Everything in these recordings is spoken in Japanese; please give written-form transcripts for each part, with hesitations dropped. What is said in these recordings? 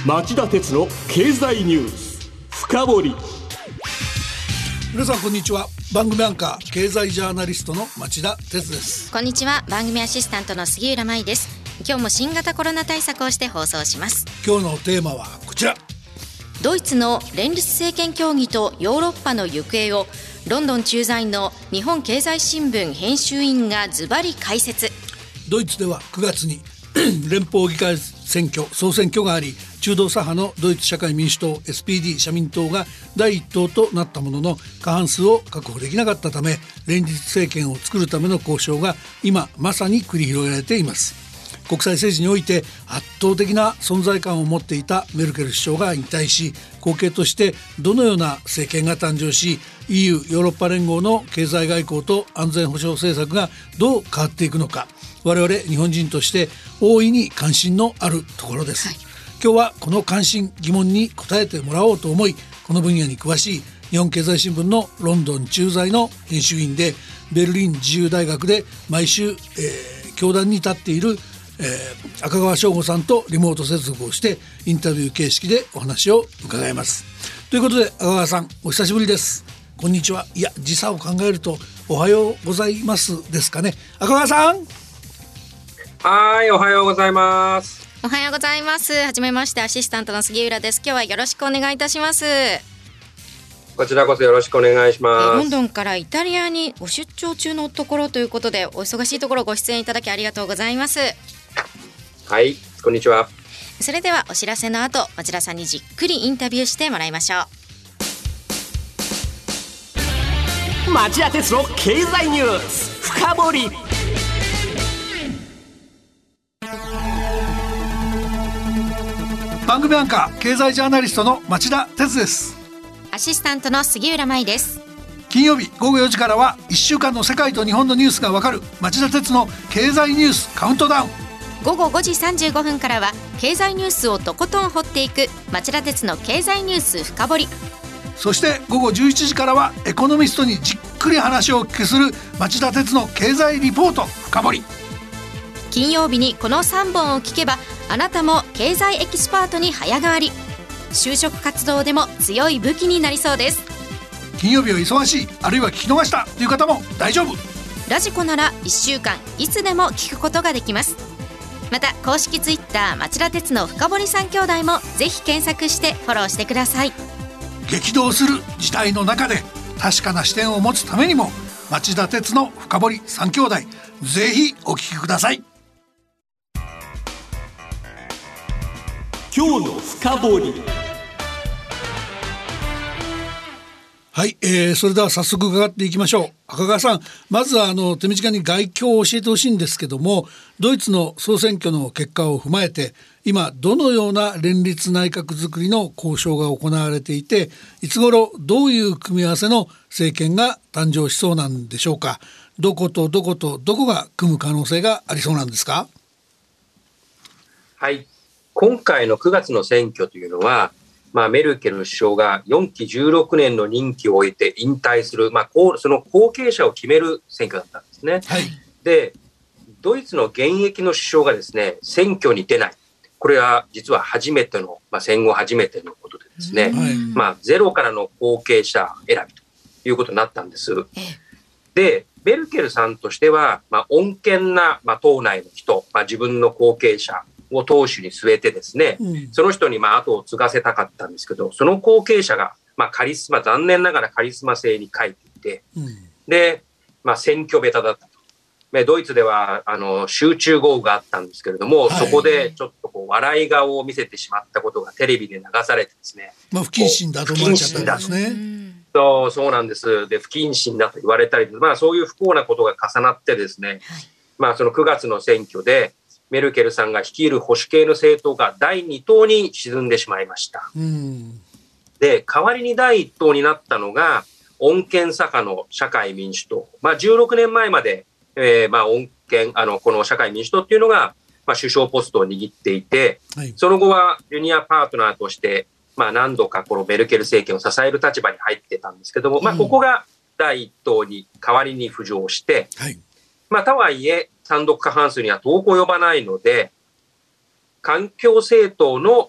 町田鉄の経済ニュース深掘り。 皆さんこんにちは。番組アンカー経済ジャーナリストの町田鉄です。 こんにちは。番組アシスタントの杉浦舞です。今日も新型コロナ対策をして放送します。 今日のテーマはこちら。 ドイツの連立政権協議とヨーロッパの行方をロンドン駐在の日本経済新聞編集員がズバリ解説。 ドイツでは9月に連邦議会選挙総選挙があり、中道左派のドイツ社会民主党 SPD 社民党が第一党となったものの過半数を確保できなかったため、連立政権を作るための交渉が今まさに繰り広げられています。国際政治において圧倒的な存在感を持っていたメルケル首相が引退し、後継としてどのような政権が誕生し、 EU ヨーロッパ連合の経済外交と安全保障政策がどう変わっていくのか、我々日本人として大いに関心のあるところです、今日はこの関心疑問に答えてもらおうと思い、この分野に詳しい日本経済新聞のロンドン駐在の編集員で、ベルリン自由大学で毎週、教壇に立っている赤川翔吾さんとリモート接続をしてインタビュー形式でお話を伺います。ということで赤川さん、お久しぶりです。こんにちは。いや、時差を考えるとおはようございますですかね。赤川さん。 はい、おはようございます。 おはようございます。はじめまして、アシスタントの杉浦です。今日はよろしくお願いいたします。 こちらこそよろしくお願いします。 ロンドンからイタリアにご出張中のところということで、お忙しいところご出演いただきありがとうございます。 はい、こんにちは。 それではお知らせの後、町田さんにじっくりインタビューしてもらいましょう。町田鉄の経済ニュース深掘り。 番組アンカー経済ジャーナリストの町田鉄です。 アシスタントの杉浦舞です。 金曜日午後4時からは1週間の世界と日本のニュースがわかる町田鉄の経済ニュースカウントダウン。 午後5時35分からは経済ニュースをとことん掘っていく町田鉄の経済ニュース深掘り。 そして午後11時からはエコノミストにじっくり話をお聞きする町田鉄の経済リポート深掘り。 金曜日にこの3本を聞けば、あなたも経済エキスパートに早変わり。就職活動でも強い武器になりそうです。 金曜日は忙しい、あるいは聞き逃したという方も大丈夫。 ラジコなら1週間いつでも聞くことができます。また公式ツイッター町田鉄の深堀三兄弟もぜひ検索してフォローしてください。 激動する時代の中で確かな視点を持つためにも、町田鉄の深堀三兄弟、ぜひお聞きください。 今日の深掘り。 はい、それでは早速伺っていきましょう。赤川さん、まずは手短に概況を教えてほしいんですけども、ドイツの総選挙の結果を踏まえて今どのような連立内閣作りの交渉が行われていて、いつ頃どういう組み合わせの政権が誕生しそうなんでしょうか。どことどことどこが組む可能性がありそうなんですか。 はい、今回の9月の選挙というのは、メルケル首相が4期16年の任期を終えて引退する、その後継者を決める選挙だったんですね、 はい、 でドイツの現役の首相がですね選挙に出ない、これは実は初めての、戦後初めてのことでですね、ゼロからの後継者選びということになったんです。でメルケルさんとしては、穏健な、党内の人、自分の後継者を党首に据えてですね、その人に後を継がせたかったんですけど、その後継者が、残念ながらカリスマ性に欠いていて、で、選挙ベタだったと。ドイツでは集中豪雨があったんですけれども、そこでちょっと笑い顔を見せてしまったことがテレビで流されてですね、 不謹慎だと思われちゃったんですね。 そうなんです。で不謹慎だと言われたり、そういう不幸なことが重なってですね、その9月の選挙でメルケルさんが率いる保守系の政党が第2党に沈んでしまいました。で代わりに第1党になったのが穏健左派の社会民主党、16年前まで、穏健この社会民主党っていうのが、首相ポストを握っていて、その後はジュニアパートナーとして、何度かこのメルケル政権を支える立場に入ってたんですけども、ここが第1党に代わりに浮上して、とはいえ単独過半数には遠く及ばないので、環境政党の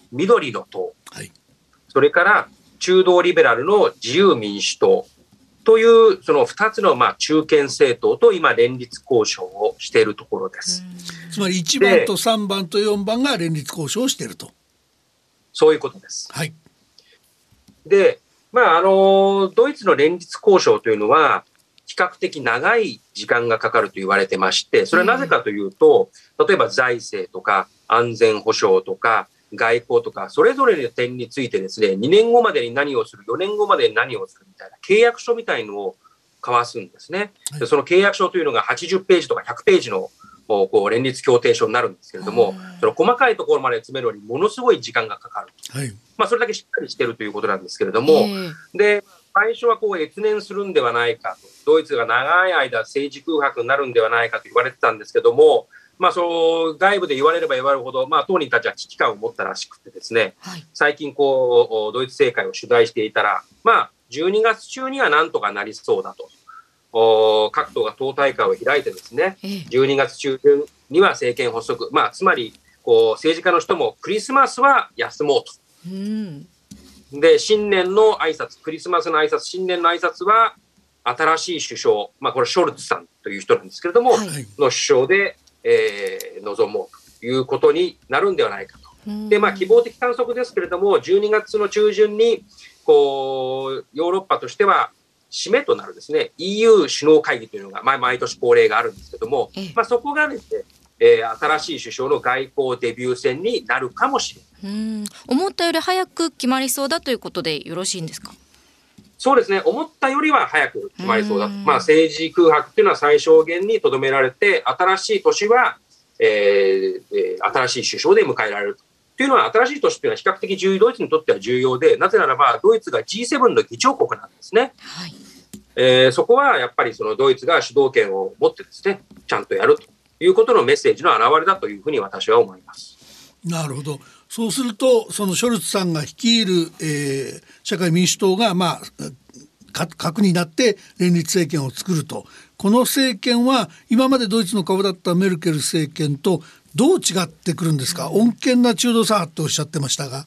緑の党、 はい、 それから中道リベラルの自由民主党というその2つの中堅政党と今連立交渉をしているところです。 つまり1番と3番と4番が連立交渉をしていると。 そういうことです。 はい。 で、ドイツの連立交渉というのは比較的長い時間がかかると言われてまして、それはなぜかというと、例えば財政とか安全保障とか外交とかそれぞれの点についてですね、2年後までに何をする、4年後までに何をするみたいな契約書みたいのを交わすんですね。でその契約書というのが80ページとか100ページの連立協定書になるんですけれども、その細かいところまで詰めるのにものすごい時間がかかる。 はい、 それだけしっかりしているということなんですけれども、で最初は越年するんではないかと、ドイツが長い間政治空白になるんではないかと言われてたんですけども、その外部で言われれば言われるほど、当人たちは危機感を持ったらしくてですね、はい、最近ドイツ政界を取材していたら、12月中にはなんとかなりそうだと、各党が党大会を開いてですね、12月中旬には政権発足、つまり政治家の人もクリスマスは休もうと。で新年の挨拶、クリスマスの挨拶、新年の挨拶は新しい首相、これショルツさんという人なんですけれども、はい、の首相で臨もうということになるんではないかと。で、希望的観測ですけれども、12月の中旬にヨーロッパとしては締めとなるですね EU 首脳会議というのが、毎年恒例があるんですけども、そこがですね、新しい首相の外交デビュー戦になるかもしれない。 思ったより早く決まりそうだということでよろしいんですか？ そうですね、思ったよりは早く決まりそうだと。政治空白というのは最小限にとどめられて、新しい年は、新しい首相で迎えられるというのは、新しい年というのは比較的ドイツにとっては重要で、なぜならばドイツが G7 の議長国なんですね。はい、そこはやっぱりそのドイツが主導権を持ってですね、ちゃんとやるということのメッセージの表れだというふうに私は思います。 なるほど。そうするとそのショルツさんが率いる、社会民主党が核になって連立政権を作ると。この政権は今までドイツの顔だったメルケル政権とどう違ってくるんですか？穏健な中道左派とおっしゃってましたが、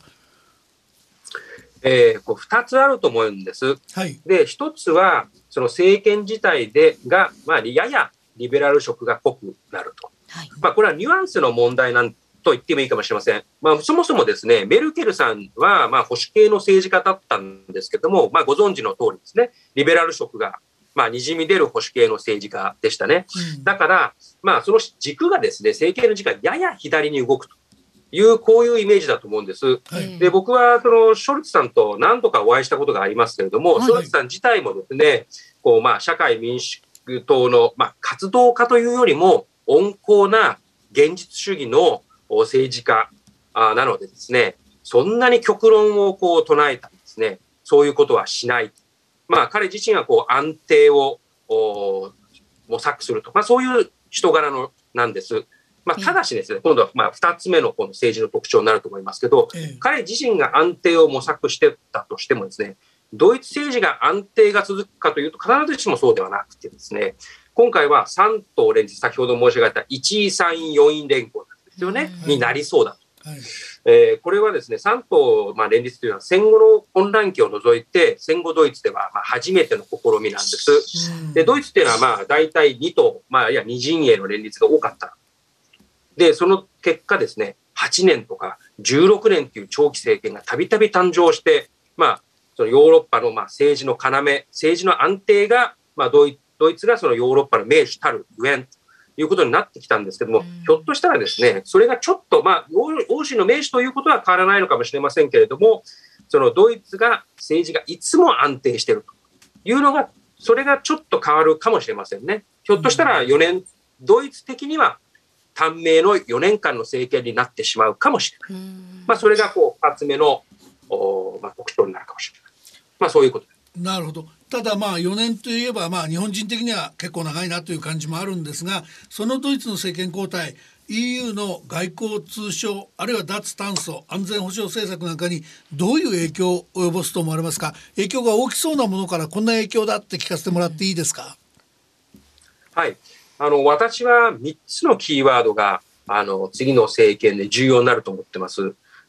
2つあると思うんです。はい、で1つはその政権自体が、ややリベラル色が濃くなると。はい、これはニュアンスの問題なんと言ってもいいかもしれません。そもそもですね、メルケルさんは保守系の政治家だったんですけども、ご存知の通りですね、リベラル色がにじみ出る保守系の政治家でしたね。だからその軸がですね、政権の軸がやや左に動くというこういうイメージだと思うんです。はい、で僕はそのショルツさんと何度かお会いしたことがありますけれども、ショルツさん自体もですね、社会民主党の活動家というよりも温厚な現実主義の政治家なのでですね、そんなに極論を唱えたりですね、そういうことはしない。彼自身は安定を模索すると、そういう人柄なんです。ただしですね、今度は2つ目のこの政治の特徴になると思いますけど、彼自身が安定を模索してたとしてもですね、ドイツ政治が安定が続くかというと必ずしもそうではなくてですね、今回は3党連立、先ほど申し上げた1位3位4位連合ですよね、になりそうだと。はい、これはですね、3党連立というのは戦後の混乱期を除いて戦後ドイツでは初めての試みなんです。でドイツというのは大体2党、いや2陣営の連立が多かった。でその結果ですね、8年とか16年という長期政権がたびたび誕生して、そのヨーロッパの政治の要、政治の安定が、ドイツがそのヨーロッパの盟主たるゆえんということになってきたんですけども、ひょっとしたらですね、それがちょっと、欧州の盟主ということは変わらないのかもしれませんけれども、そのドイツが政治がいつも安定しているというのが、それがちょっと変わるかもしれませんね。ひょっとしたら4年、ドイツ的には短命の4年間の政権になってしまうかもしれない。それが2つ目の特徴になるかもしれない。そういうことです。 なるほど。ただ4年といえば日本人的には結構長いなという感じもあるんですが、そのドイツの政権交代、 EU の外交通商、あるいは脱炭素、安全保障政策なんかにどういう影響を及ぼすと思われますか？影響が大きそうなものからこんな影響だって聞かせてもらっていいですか？ はい、私は3つのキーワードが次の政権で重要になると思ってます。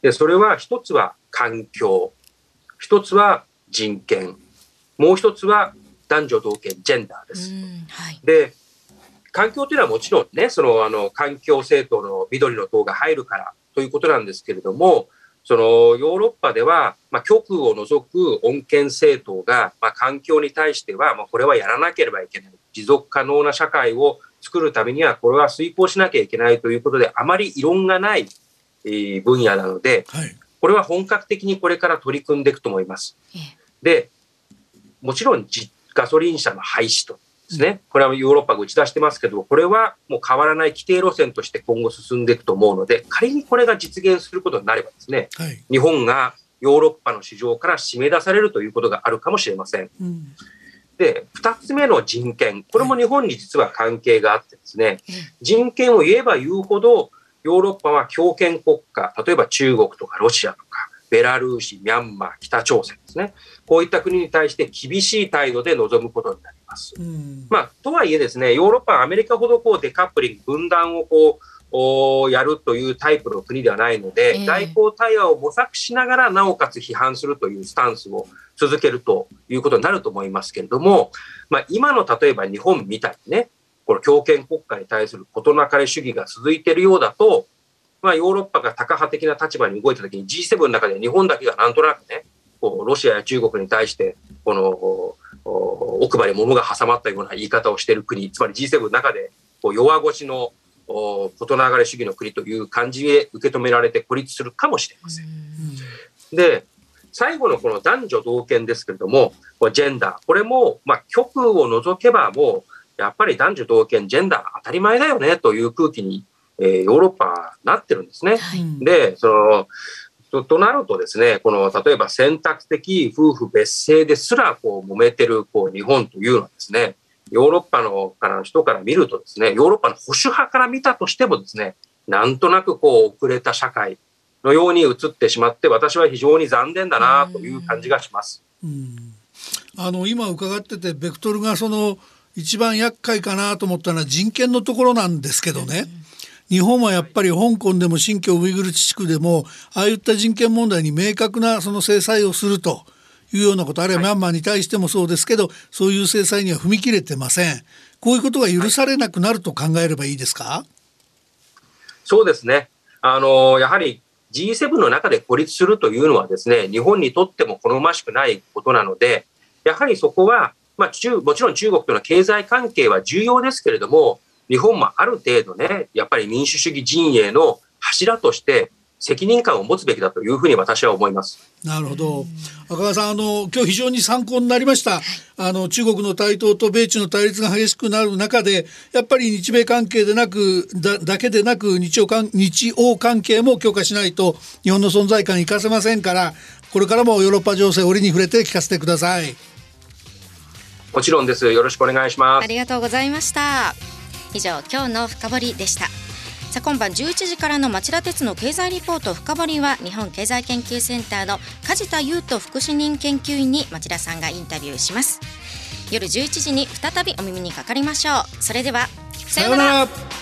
でそれは一つは環境、一つは人権、もう一つは男女同権、ジェンダーです。 はい、 で環境というのはもちろんね、その環境政党の緑の党が入るからということなんですけれども、そのヨーロッパでは、極右を除く穏健政党が、環境に対しては、これはやらなければいけない、持続可能な社会を作るためにはこれは遂行しなきゃいけないということで、あまり異論がない分野なので、 はい、 これは本格的にこれから取り組んでいくと思います。でもちろんガソリン車の廃止とですね、これはヨーロッパが打ち出してますけど、これはもう変わらない規定路線として今後進んでいくと思うので、仮にこれが実現することになればですね、 はい、 日本がヨーロッパの市場から締め出されるということがあるかもしれません。で2つ目の人権、これも日本に実は関係があってですね、人権を言えば言うほどヨーロッパは強権国家、例えば中国とかロシアとかベラルーシ、ミャンマー、北朝鮮ですね、こういった国に対して厳しい態度で臨むことになります。とはいえですね、ヨーロッパはアメリカほどデカップリング、分断をやるというタイプの国ではないので、外交対話を模索しながらなおかつ批判するというスタンスを続けるということになると思いますけれども、今の例えば日本みたいにね、この強権国家に対する事なかれ主義が続いているようだと、ヨーロッパがタカ派的な立場に動いたときに G7 の中で日本だけがなんとなくね、ロシアや中国に対して奥歯に物が挟まったような言い方をしている国、つまり G7 の中で弱腰の事なかれ主義の国という感じで受け止められて孤立するかもしれません。で最後のこの男女同権ですけれども、ジェンダー、これも極右を除けばもうやっぱり男女同権、ジェンダー当たり前だよねという空気にヨーロッパはなってるんですね。でとなるとですね、例えば選択的夫婦別姓ですら揉めてる日本というのはですね、ヨーロッパからの人から見るとですね、ヨーロッパの保守派から見たとしてもですね、なんとなく遅れた社会のように映ってしまって、私は非常に残念だなという感じがします。 今伺っててベクトルが一番厄介かなと思ったのは人権のところなんですけどね、日本はやっぱり香港でも新疆ウイグル自治区でもああいった人権問題に明確な制裁をするというようなこと、あるいはミャンマーに対してもそうですけど、そういう制裁には踏み切れてません。こういうことが許されなくなると考えればいいですか？ そうですね、やはり G7 の中で孤立するというのはですね、日本にとっても好ましくないことなので、やはりそこは、もちろん中国との経済関係は重要ですけれども、日本もある程度ね、やっぱり民主主義陣営の柱として責任感を持つべきだというふうに私は思います。 なるほど。赤川さん、今日非常に参考になりました。中国の台頭と米中の対立が激しくなる中で、やっぱり日米関係でだけでなく日欧関係も強化しないと日本の存在感生かせませんから、これからもヨーロッパ情勢折に触れて聞かせてください。 もちろんです。よろしくお願いします。 ありがとうございました。以上、今日の深掘りでした。さあ、今晩11時からの町田鉄の経済リポート深掘りは、日本経済研究センターの梶田優斗副主任研究員に町田さんがインタビューします。夜11時に再びお耳にかかりましょう。それではさようなら。